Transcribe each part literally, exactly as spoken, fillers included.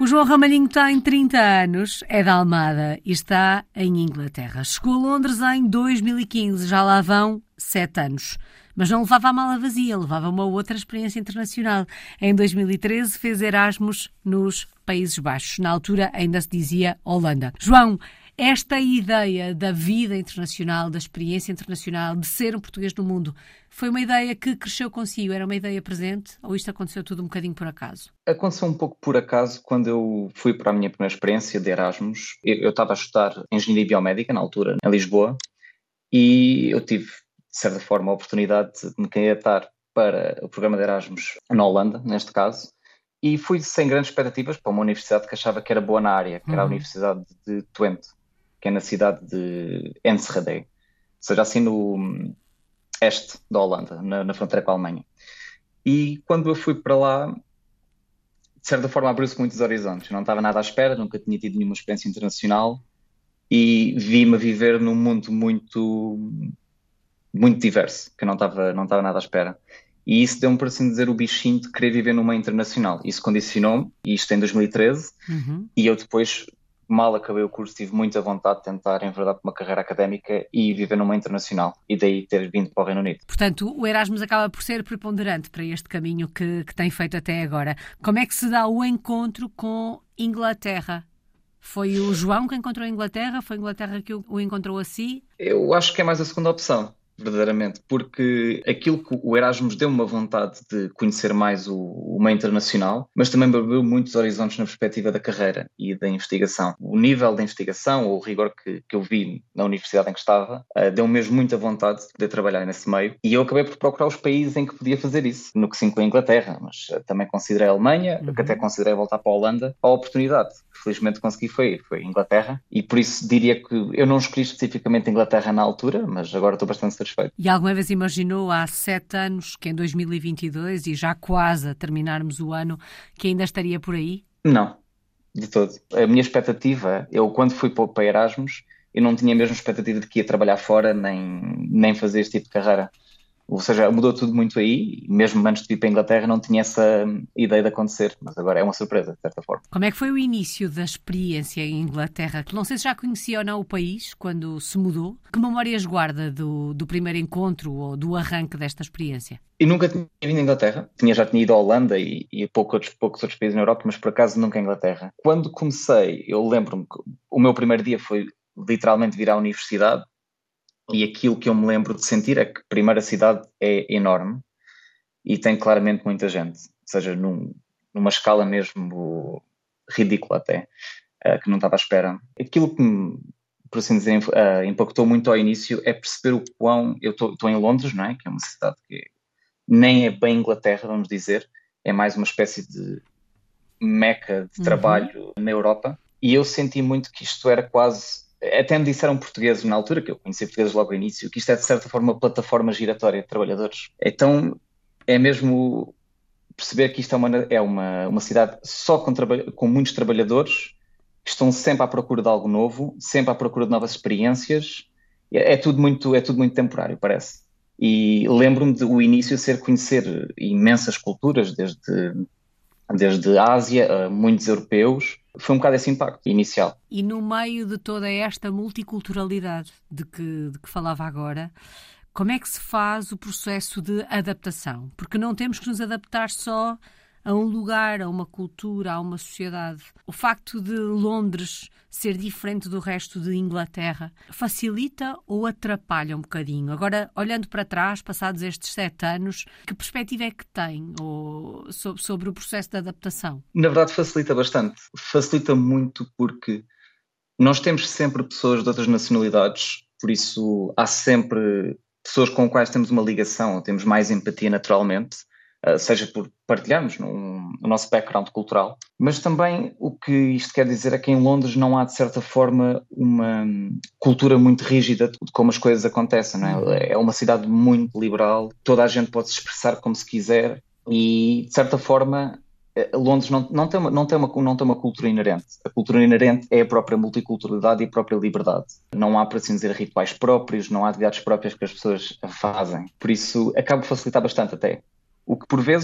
João Ramalhinho tem trinta anos, é da Almada e está em Inglaterra. Chegou a Londres em dois mil e quinze, já lá vão sete anos. Mas não levava a mala vazia, levava uma outra experiência internacional. Em dois mil e treze fez Erasmus nos Países Baixos. Na altura ainda se dizia Holanda. João, esta ideia da vida internacional, da experiência internacional, de ser um português no mundo, foi uma ideia que cresceu consigo? Era uma ideia presente ou isto aconteceu tudo um bocadinho por acaso? Aconteceu um pouco por acaso quando eu fui para a minha primeira experiência de Erasmus. Eu, eu estava a estudar Engenharia Biomédica na altura, em Lisboa, e eu tive, de certa forma, a oportunidade de me candidatar para o programa de Erasmus na Holanda, neste caso, e fui sem grandes expectativas para uma universidade que achava que era boa na área, que era a Uhum. Universidade de Twente, que é na cidade de Enschede, ou seja, assim no este da Holanda, na, na fronteira com a Alemanha. E quando eu fui para lá, de certa forma abriu-se muitos horizontes. Eu não estava nada à espera, nunca tinha tido nenhuma experiência internacional e vi-me a viver num mundo muito, muito diverso, que eu não estava, não estava nada à espera. E isso deu-me, por assim dizer, o bichinho de querer viver numa internacional. Isso condicionou-me, e isto em dois mil e treze, Uhum. e eu depois, mal acabei o curso, tive muita vontade de tentar enverdar por uma carreira académica e viver numa internacional, e daí ter vindo para o Reino Unido. Portanto, o Erasmus acaba por ser preponderante para este caminho que, que tem feito até agora. Como é que se dá o encontro com Inglaterra? Foi o João que encontrou a Inglaterra? Foi a Inglaterra que o, o encontrou a si? Eu acho que é mais a segunda opção, verdadeiramente, porque aquilo que o Erasmus deu uma vontade de conhecer mais o, o meio internacional, mas também abriu muitos horizontes na perspectiva da carreira e da investigação. O nível da investigação, ou o rigor que, que eu vi na universidade em que estava, uh, deu mesmo muita vontade de poder trabalhar nesse meio, e eu acabei por procurar os países em que podia fazer isso, no que se inclui a Inglaterra, mas uh, também considerei a Alemanha, Uhum. que até considerei voltar para a Holanda. A oportunidade que felizmente consegui foi, foi a Inglaterra, e por isso diria que eu não escolhi especificamente a Inglaterra na altura, mas agora estou bastante satisfeito. E alguma vez imaginou há sete anos, que em dois mil e vinte e dois, e já quase a terminarmos o ano, que ainda estaria por aí? Não, de todo. A minha expectativa, eu quando fui para Erasmus, eu não tinha a mesma expectativa de que ia trabalhar fora, nem, nem fazer este tipo de carreira. Ou seja, mudou tudo muito aí, mesmo antes de ir para a Inglaterra não tinha essa ideia de acontecer, mas agora é uma surpresa, de certa forma. Como é que foi o início da experiência em Inglaterra? Não sei se já conhecia ou não o país, quando se mudou. Que memórias guarda do, do primeiro encontro ou do arranque desta experiência? Eu nunca tinha vindo à Inglaterra, tinha, já tinha ido à Holanda e, e a pouco outros, poucos outros países na Europa, mas por acaso nunca à Inglaterra. Quando comecei, eu lembro-me que o meu primeiro dia foi literalmente vir à universidade, e aquilo que eu me lembro de sentir é que, primeiro, a cidade é enorme e tem claramente muita gente, ou seja, num, numa escala mesmo ridícula até, uh, que não estava à espera. Aquilo que me, por assim dizer, uh, impactou muito ao início é perceber o quão... Eu estou em Londres, não é? Que é uma cidade que nem é bem Inglaterra, vamos dizer, é mais uma espécie de meca de Uhum. trabalho na Europa, e eu senti muito que isto era quase... Até me disseram portugueses na altura, que eu conheci portugueses logo no início, que isto é de certa forma uma plataforma giratória de trabalhadores. Então é mesmo perceber que isto é uma, é uma, uma cidade só com, com muitos trabalhadores que estão sempre à procura de algo novo, sempre à procura de novas experiências. É, é, tudo, muito, é tudo muito temporário, parece. E lembro-me do início ser conhecer imensas culturas, desde, desde a Ásia a muitos europeus. Foi um bocado esse impacto inicial. E no meio de toda esta multiculturalidade de que, de que falava agora, como é que se faz o processo de adaptação? Porque não temos que nos adaptar só a um lugar, a uma cultura, a uma sociedade. O facto de Londres ser diferente do resto de Inglaterra facilita ou atrapalha um bocadinho? Agora, olhando para trás, passados estes sete anos, que perspectiva é que tem ou, sobre, sobre o processo de adaptação? Na verdade, facilita bastante. Facilita muito porque nós temos sempre pessoas de outras nacionalidades, por isso há sempre pessoas com as quais temos uma ligação, ou temos mais empatia naturalmente, seja por partilharmos num, o nosso background cultural, mas também o que isto quer dizer é que em Londres não há, de certa forma, uma cultura muito rígida de como as coisas acontecem, não é? Uhum. É uma cidade muito liberal, toda a gente pode se expressar como se quiser e, de certa forma, Londres não, não, tem uma, não, tem uma, não tem uma cultura inerente. A cultura inerente é a própria multiculturalidade e a própria liberdade. Não há, por assim dizer, rituais próprios, não há atividades próprias que as pessoas fazem. Por isso, acaba por facilitar bastante até. O que, por vezes,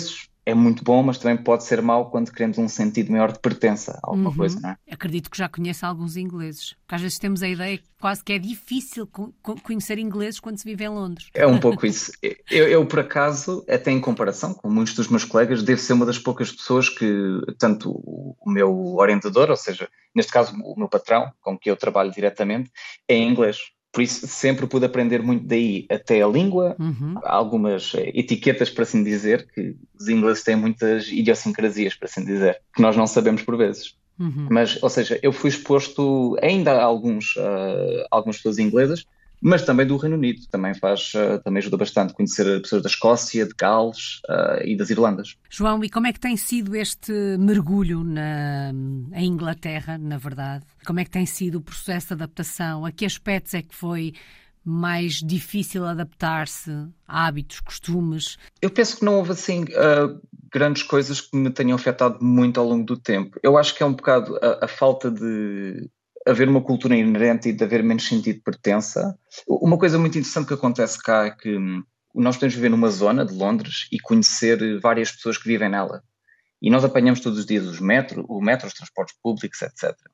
é muito bom, mas também pode ser mau quando queremos um sentido maior de pertença a alguma Uhum. coisa, não é? Acredito que já conheço alguns ingleses, porque às vezes temos a ideia que quase que é difícil co- co- conhecer ingleses quando se vive em Londres. É um pouco isso. Eu, eu, por acaso, até em comparação com muitos dos meus colegas, devo ser uma das poucas pessoas que, tanto o o meu orientador, ou seja, neste caso o meu patrão, com que eu trabalho diretamente, é em inglês. Por isso sempre pude aprender muito daí, até a língua, Uhum. algumas eh, etiquetas, para assim dizer, que os ingleses têm muitas idiosincrasias, para assim dizer, que nós não sabemos por vezes. Uhum. Mas, ou seja, eu fui exposto ainda a alguns, uh, algumas pessoas inglesas, mas também do Reino Unido. Também faz, uh, também ajuda bastante conhecer pessoas da Escócia, de Gales, uh, e das Irlandas. João, e como é que tem sido este mergulho na, em Inglaterra, na verdade? Como é que tem sido o processo de adaptação? A que aspectos é que foi mais difícil adaptar-se? Hábitos, costumes? Eu penso que não houve assim uh, grandes coisas que me tenham afetado muito ao longo do tempo. Eu acho que é um bocado a, a falta de haver uma cultura inerente e de haver menos sentido de pertença. Uma coisa muito interessante que acontece cá é que hum, nós podemos viver numa zona de Londres e conhecer várias pessoas que vivem nela. E nós apanhamos todos os dias os metro, o metro, os transportes públicos, etcétera.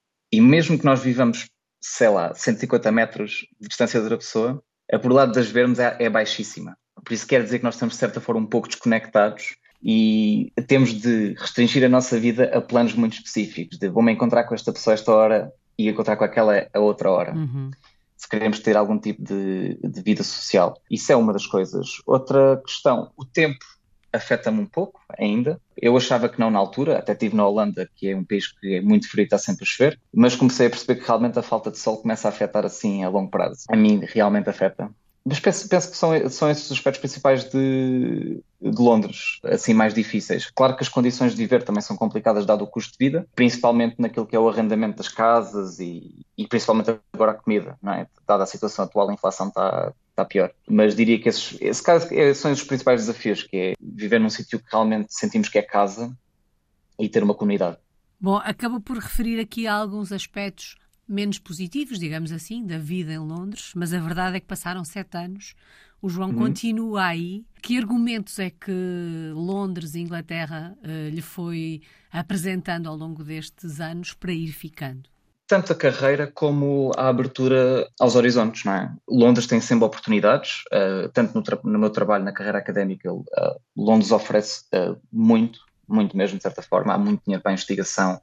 E mesmo que nós vivamos, sei lá, cento e cinquenta metros de distância de outra pessoa, a probabilidade de as vermos é, é baixíssima. Por isso quer dizer que nós estamos, de certa forma, um pouco desconectados e temos de restringir a nossa vida a planos muito específicos, de vou-me encontrar com esta pessoa a esta hora e encontrar com aquela a outra hora. Uhum. Se queremos ter algum tipo de, de vida social. Isso é uma das coisas. Outra questão, o tempo afeta-me um pouco ainda. Eu achava que não na altura, até estive na Holanda, que é um país que é muito frio e está sempre a chover, mas comecei a perceber que realmente a falta de sol começa a afetar assim a longo prazo. A mim realmente afeta. Mas penso, penso que são, são esses os aspectos principais de, de Londres, assim mais difíceis. Claro que as condições de viver também são complicadas dado o custo de vida, principalmente naquilo que é o arrendamento das casas e, e principalmente agora a comida, não é? Dada a situação atual, a inflação está, está pior. Mas diria que esses, esse caso é, são os principais desafios, que é viver num sítio que realmente sentimos que é casa e ter uma comunidade. Bom, acabo por referir aqui a alguns aspectos menos positivos, digamos assim, da vida em Londres, mas a verdade é que passaram sete anos, o João uhum. continua aí. Que argumentos é que Londres e Inglaterra uh, lhe foi apresentando ao longo destes anos para ir ficando? Tanto a carreira como a abertura aos horizontes, não é? Londres tem sempre oportunidades, uh, tanto no, tra- no meu trabalho na carreira académica, uh, Londres oferece uh, muito, muito mesmo de certa forma, há muito dinheiro para a investigação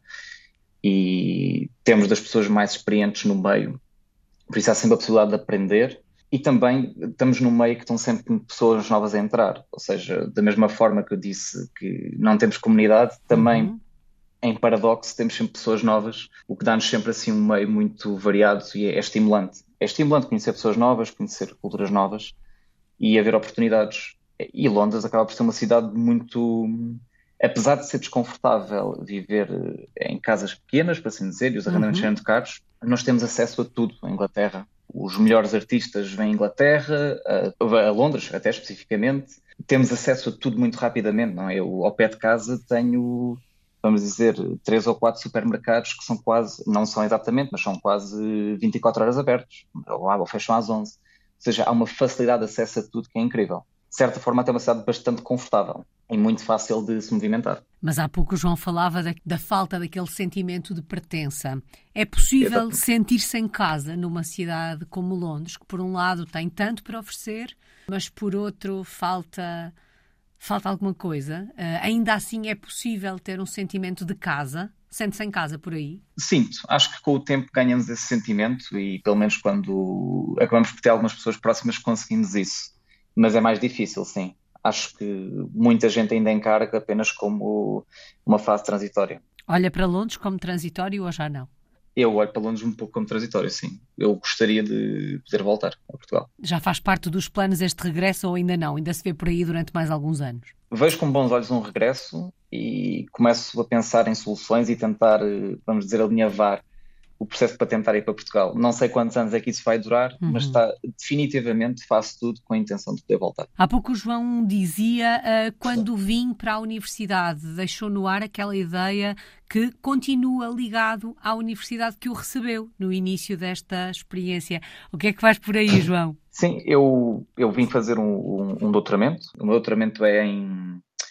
e temos das pessoas mais experientes no meio, por isso há sempre a possibilidade de aprender e também estamos num meio que estão sempre pessoas novas a entrar, ou seja, da mesma forma que eu disse que não temos comunidade, também uhum. em paradoxo temos sempre pessoas novas, o que dá-nos sempre assim um meio muito variado e é, é estimulante. É estimulante conhecer pessoas novas, conhecer culturas novas e haver oportunidades. E Londres acaba por ser uma cidade muito... Apesar de ser desconfortável viver em casas pequenas, para assim dizer, e os arrendamentos uhum. sendo caros, nós temos acesso a tudo em Inglaterra. Os melhores artistas vêm à Inglaterra, a, a Londres até especificamente. Temos acesso a tudo muito rapidamente, não é? Eu, ao pé de casa, tenho, vamos dizer, três ou quatro supermercados que são quase, não são exatamente, mas são quase vinte e quatro horas abertos. Ou, ou fecham às onze. Ou seja, há uma facilidade de acesso a tudo que é incrível. De certa forma, até uma cidade bastante confortável e muito fácil de se movimentar. Mas há pouco o João falava da, da falta daquele sentimento de pertença. É possível Exato. sentir-se em casa numa cidade como Londres, que por um lado tem tanto para oferecer, mas por outro falta, falta alguma coisa? Uh, ainda assim é possível ter um sentimento de casa? Sente-se em casa por aí? Sinto. Acho que com o tempo ganhamos esse sentimento e pelo menos quando acabamos por ter algumas pessoas próximas conseguimos isso. Mas é mais difícil, sim. Acho que muita gente ainda encara apenas como uma fase transitória. Olha para Londres como transitório ou já não? Eu olho para Londres um pouco como transitório, sim. Eu gostaria de poder voltar a Portugal. Já faz parte dos planos este regresso ou ainda não? Ainda se vê por aí durante mais alguns anos? Vejo com bons olhos um regresso e começo a pensar em soluções e tentar, vamos dizer, alinhavar o processo para tentar ir para Portugal. Não sei quantos anos é que isso vai durar, uhum. mas está, definitivamente faço tudo com a intenção de poder voltar. Há pouco o João dizia, uh, quando vim para a universidade, deixou no ar aquela ideia que continua ligado à universidade que o recebeu no início desta experiência. O que é que faz por aí, João? Sim, eu, eu vim fazer um, um, um doutoramento. O meu doutoramento é em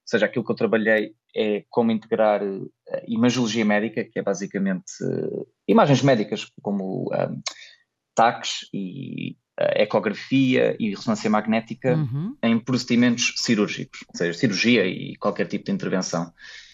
seja, aquilo que eu trabalhei é como integrar uh, imagiologia médica, que é basicamente uh, imagens médicas como um, taques e uh, ecografia e ressonância magnética Uhum. em procedimentos cirúrgicos, ou seja, cirurgia e qualquer tipo de intervenção.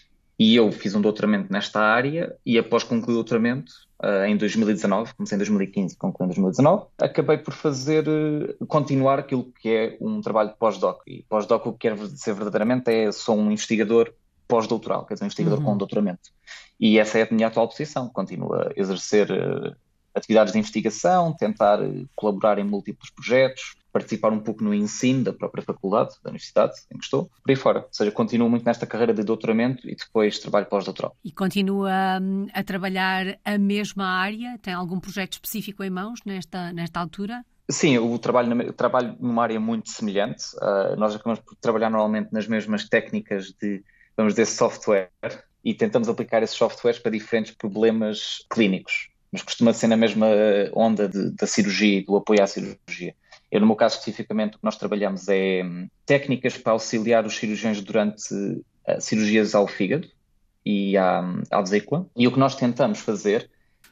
E eu fiz um doutoramento nesta área e após concluir o doutoramento, uh, em dois mil e dezanove, comecei em dois mil e quinze, concluí em dois mil e dezanove, acabei por fazer, uh, continuar aquilo que é um trabalho de pós-doc. E pós-doc o que quero dizer verdadeiramente é sou um investigador pós-doutoral, quer dizer, um investigador uhum. com doutoramento. E essa é a minha atual posição, continuo a exercer uh, atividades de investigação, tentar uh, colaborar em múltiplos projetos, participar um pouco no ensino da própria faculdade, da universidade em que estou, por aí fora. Ou seja, continuo muito nesta carreira de doutoramento e depois trabalho pós-doutoral. E continua hum, a trabalhar a mesma área? Tem algum projeto específico em mãos nesta, nesta altura? Sim, eu trabalho, eu trabalho numa área muito semelhante. Uh, nós acabamos por trabalhar normalmente nas mesmas técnicas de, vamos dizer, software e tentamos aplicar esses softwares para diferentes problemas clínicos, mas costuma ser na mesma onda de, da cirurgia e do apoio à cirurgia. Eu, no meu caso, especificamente, o que nós trabalhamos é técnicas para auxiliar os cirurgiões durante uh, cirurgias ao fígado e à, à vesícula. E o que nós tentamos fazer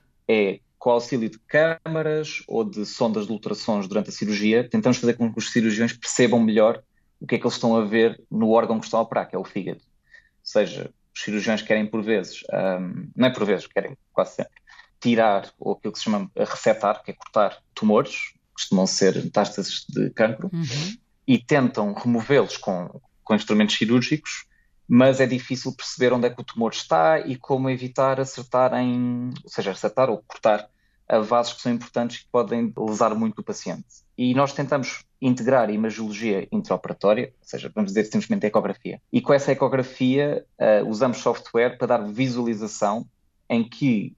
é, com o auxílio de câmaras ou de sondas de ultrassons durante a cirurgia, tentamos fazer com que os cirurgiões percebam melhor o que é que eles estão a ver no órgão que estão a operar, que é o fígado. Ou seja, os cirurgiões querem por vezes, um, não é por vezes, querem quase sempre, tirar, ou aquilo que se chama resetar, que é cortar tumores, costumam ser metástases de cancro, uhum. e tentam removê-los com, com instrumentos cirúrgicos, mas é difícil perceber onde é que o tumor está e como evitar acertar em, ou seja, acertar ou cortar a vasos que são importantes que podem lesar muito o paciente. E nós tentamos integrar a imagiologia intraoperatória, ou seja, vamos dizer simplesmente a ecografia. E com essa ecografia uh, usamos software para dar visualização em que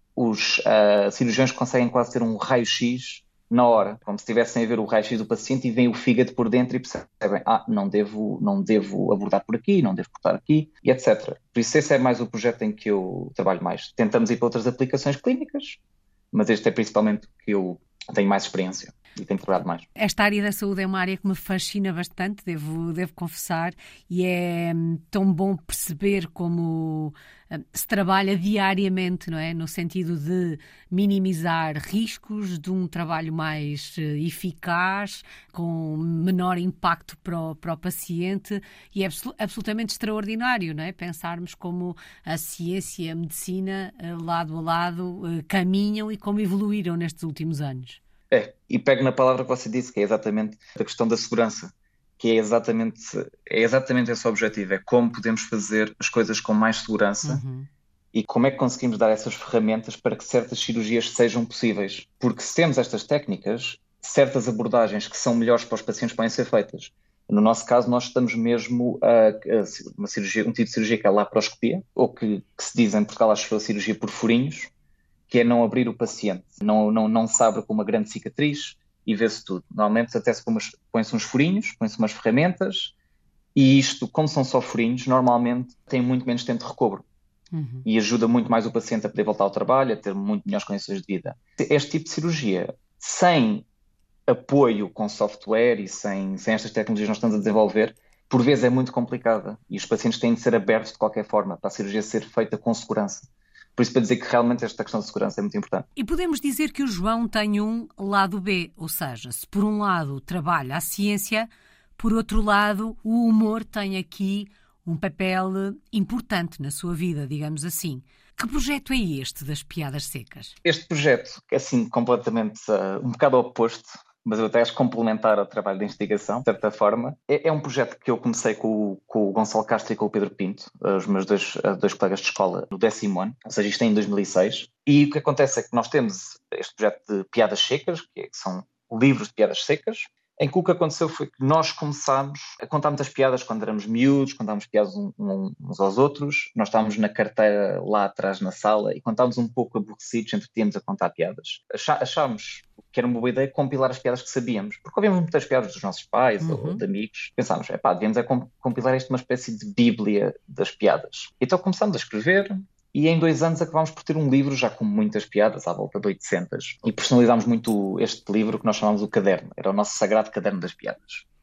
os uh, cirurgiões conseguem quase ter um raio-x na hora, como se estivessem a ver o raio-x do paciente e veem o fígado por dentro e percebem, ah, não devo, não devo abordar por aqui, não devo cortar aqui, e etcétera. Por isso esse é mais o projeto em que eu trabalho mais. Tentamos ir para outras aplicações clínicas, mas este é principalmente o que eu tenho mais experiência e tenho trabalhado mais. Esta área da saúde é uma área que me fascina bastante, devo, devo confessar, e é tão bom perceber como se trabalha diariamente, não é? No sentido de minimizar riscos, de um trabalho mais eficaz, com menor impacto para o, para o paciente, e é absolutamente extraordinário, não é? Pensarmos como a ciência e a medicina, lado a lado, caminham e como evoluíram nestes últimos anos. É, e pego na palavra que você disse, que é exatamente a questão da segurança, que é exatamente, é exatamente esse o objetivo, é como podemos fazer as coisas com mais segurança uhum. e como é que conseguimos dar essas ferramentas para que certas cirurgias sejam possíveis. Porque se temos estas técnicas, certas abordagens que são melhores para os pacientes podem ser feitas. No nosso caso, nós estamos mesmo a, a uma cirurgia, um tipo de cirurgia que é a laparoscopia, ou que, que se diz em Portugal, acho que é a cirurgia por furinhos, que é não abrir o paciente, não, não, não se abre com uma grande cicatriz e vê-se tudo. Normalmente até se põe-se uns furinhos, põe-se umas ferramentas e isto, como são só furinhos, normalmente tem muito menos tempo de recobro uhum. e ajuda muito mais o paciente a poder voltar ao trabalho, a ter muito melhores condições de vida. Este tipo de cirurgia, sem apoio com software e sem, sem estas tecnologias que nós estamos a desenvolver, por vezes é muito complicada e os pacientes têm de ser abertos de qualquer forma para a cirurgia ser feita com segurança. Por isso, para dizer que realmente esta questão de segurança é muito importante. E podemos dizer que o João tem um lado B, ou seja, se por um lado trabalha a ciência, por outro lado o humor tem aqui um papel importante na sua vida, digamos assim. Que projeto é este das piadas secas? Este projeto, que é assim completamente uh, um bocado oposto, mas eu até acho complementar ao trabalho de investigação, de certa forma. É, é um projeto que eu comecei com o, com o Gonçalo Castro e com o Pedro Pinto, os meus dois, dois colegas de escola, no décimo ano, ou seja, isto é em dois mil e seis. E o que acontece é que nós temos este projeto de piadas secas, que são livros de piadas secas, em que o que aconteceu foi que nós começámos a contar muitas piadas quando éramos miúdos, contávamos piadas uns aos outros, nós estávamos na carteira lá atrás na sala e contávamos um pouco aborrecidos, entretíamos a contar piadas. Achámos que era uma boa ideia compilar as piadas que sabíamos, porque ouvíamos muitas piadas dos nossos pais uhum. ou de amigos. Pensámos, é pá, devíamos é compilar isto uma espécie de bíblia das piadas. Então começámos a escrever e em dois anos acabámos por ter um livro já com muitas piadas, à volta de oitocentas. E personalizámos muito este livro que nós chamámos o caderno. Era o nosso sagrado caderno das piadas.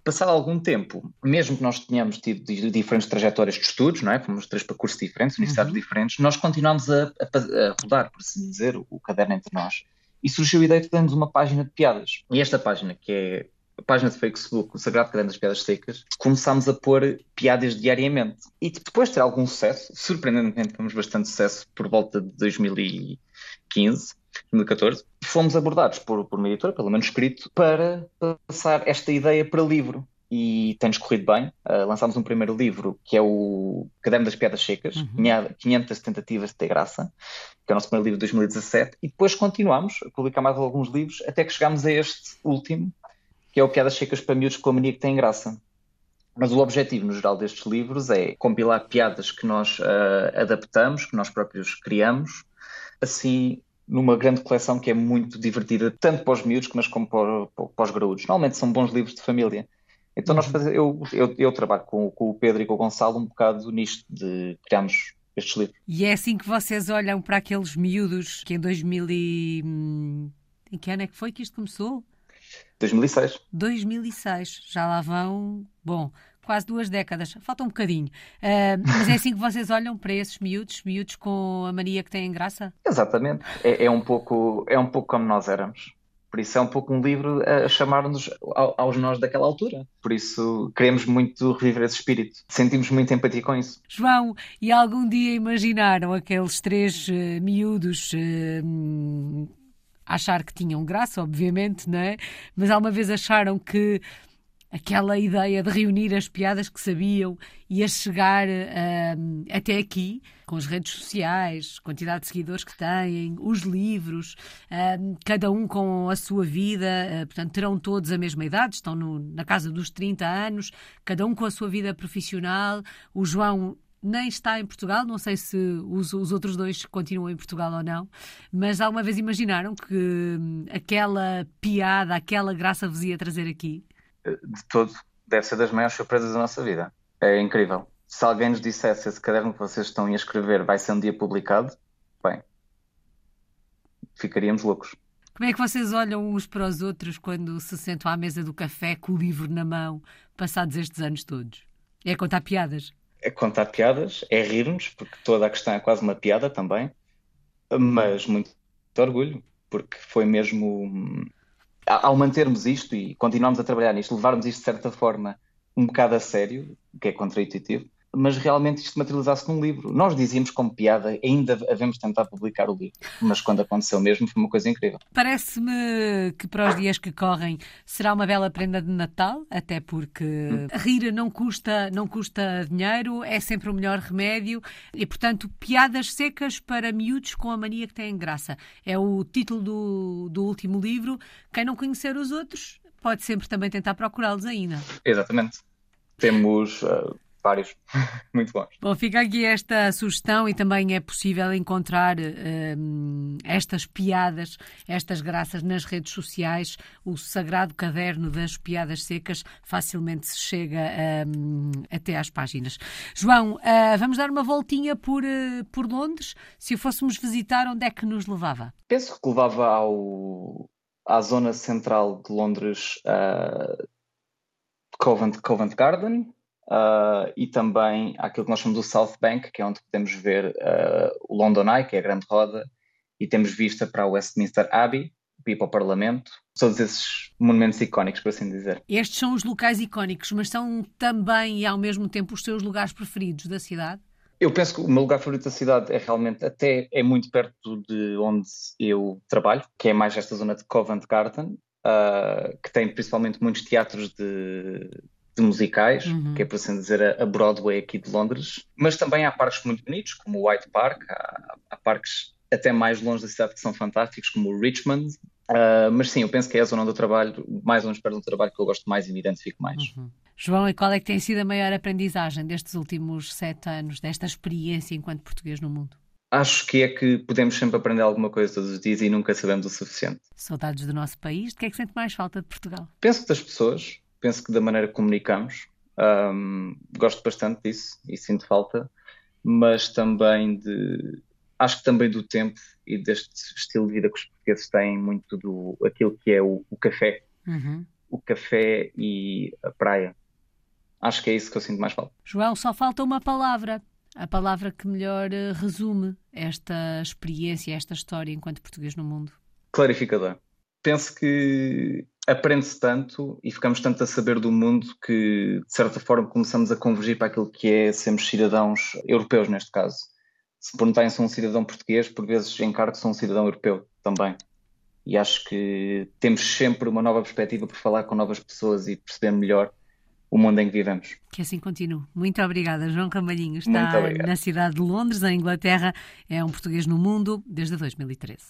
Passado algum tempo, mesmo que nós tenhamos tido diferentes trajetórias de estudos, não é? Fomos três percursos diferentes, universidades Uhum. diferentes, nós continuámos a, a, a rodar, por assim dizer, o, o caderno entre nós. E surgiu a ideia de termos uma página de piadas. E esta página, que é a página de Facebook, o Sagrado Caderno das Piadas Secas, começámos a pôr piadas diariamente. E depois de ter algum sucesso, surpreendentemente temos bastante sucesso por volta de dois mil e quinze, dois mil e catorze, fomos abordados por, por uma editora, pelo menos escrito, para passar esta ideia para livro. E tem-nos corrido bem. Uh, lançámos um primeiro livro, que é o Caderno das Piadas Secas, Uhum. quinhentas tentativas de ter graça, que é o nosso primeiro livro de dois mil e dezassete, e depois continuámos a publicar mais alguns livros, até que chegámos a este último, que é o Piadas Secas para Miúdos com a Mania que Tem Graça. Mas o objetivo, no geral, destes livros é compilar piadas que nós uh, adaptamos, que nós próprios criamos, assim, numa grande coleção que é muito divertida, tanto para os miúdos como para, para os graúdos. Normalmente são bons livros de família. Então nós faz... eu, eu, eu trabalho com, com o Pedro e com o Gonçalo um bocado nisto de criarmos estes livros. E é assim que vocês olham para aqueles miúdos que em dois mil e... Em que ano é que foi que isto começou? dois mil e seis. dois mil e seis. Já lá vão, bom, quase duas décadas. Falta um bocadinho. Uh, mas é assim que vocês olham para esses miúdos, miúdos com a mania que têm graça? Exatamente. É, é, um pouco, é um pouco como nós éramos. Por isso é um pouco um livro a chamar-nos aos nós daquela altura. Por isso queremos muito reviver esse espírito. Sentimos muita empatia com isso. João, e algum dia imaginaram aqueles três uh, miúdos uh, achar que tinham graça, obviamente, não é? Mas alguma vez acharam que aquela ideia de reunir as piadas que sabiam ia chegar uh, até aqui, com as redes sociais, quantidade de seguidores que têm, os livros, uh, cada um com a sua vida, uh, portanto terão todos a mesma idade, estão no, na casa dos trinta anos, cada um com a sua vida profissional. O João nem está em Portugal, não sei se os, os outros dois continuam em Portugal ou não, mas alguma vez imaginaram que hum, aquela piada, aquela graça vos ia trazer aqui? De todo, deve ser das maiores surpresas da nossa vida. É incrível. Se alguém nos dissesse esse caderno que vocês estão a escrever vai ser um dia publicado, bem, ficaríamos loucos. Como é que vocês olham uns para os outros quando se sentam à mesa do café com o livro na mão, passados estes anos todos? É contar piadas? É contar piadas, é rir-nos, porque toda a questão é quase uma piada também, mas muito orgulho, porque foi mesmo... Ao mantermos isto e continuarmos a trabalhar nisto, levarmos isto de certa forma um bocado a sério, que é contraintuitivo, mas realmente isto materializasse num livro. Nós dizíamos como piada, ainda havemos tentar publicar o livro, mas quando aconteceu mesmo foi uma coisa incrível. Parece-me que para os dias que correm será uma bela prenda de Natal, até porque hum. rir não custa, não custa dinheiro, é sempre o melhor remédio e, portanto, piadas secas para miúdos com a mania que têm graça. É o título do, do último livro. Quem não conhecer os outros pode sempre também tentar procurá-los ainda. Exatamente. Temos... Uh... vários, muito bons. Bom, fica aqui esta sugestão e também é possível encontrar um, estas piadas, estas graças nas redes sociais. O Sagrado Caderno das Piadas Secas facilmente se chega um, até às páginas. João, uh, vamos dar uma voltinha por, uh, por Londres. Se o fôssemos visitar, onde é que nos levava? Penso que levava ao, à zona central de Londres, uh, Covent, Covent Garden. Uh, e também aquilo que nós chamamos do South Bank, que é onde podemos ver uh, o London Eye, que é a grande roda, e temos vista para o Westminster Abbey, ir para o Parlamento, todos esses monumentos icónicos, por assim dizer. Estes são os locais icónicos, mas são também e ao mesmo tempo os seus lugares preferidos da cidade? Eu penso que o meu lugar favorito da cidade é realmente, até é muito perto de onde eu trabalho, que é mais esta zona de Covent Garden, uh, que tem principalmente muitos teatros de... de musicais, uhum. que é por assim dizer a Broadway aqui de Londres, mas também há parques muito bonitos, como o Hyde Park, há, há parques até mais longe da cidade que são fantásticos, como o Richmond, uh, mas sim, eu penso que é a zona do trabalho, mais ou menos perto do trabalho que eu gosto mais e me identifico mais. Uhum. João, e qual é que tem sido a maior aprendizagem destes últimos sete anos, desta experiência enquanto português no mundo? Acho que é que podemos sempre aprender alguma coisa todos os dias e nunca sabemos o suficiente. Saudades do nosso país, de que é que sente mais falta de Portugal? Penso que das pessoas, penso que da maneira que comunicamos, um, gosto bastante disso e sinto falta, mas também de, acho que também do tempo e deste estilo de vida que os portugueses têm, muito do aquilo que é o, o café. Uhum. o café e a praia. Acho que é isso que eu sinto mais falta. João, só falta uma palavra. A palavra que melhor eh, resume esta experiência, esta história enquanto português no mundo. Clarificador. Penso que aprende-se tanto e ficamos tanto a saber do mundo que, de certa forma, começamos a convergir para aquilo que é sermos cidadãos europeus, neste caso. Se perguntarem se sou um cidadão português, por vezes encaro que sou um cidadão europeu também. E acho que temos sempre uma nova perspectiva por falar com novas pessoas e perceber melhor o mundo em que vivemos. Que assim continue. Muito obrigada, João Camalhinho. Muito Está obrigado. na cidade de Londres, em Inglaterra. É um português no mundo desde dois mil e treze.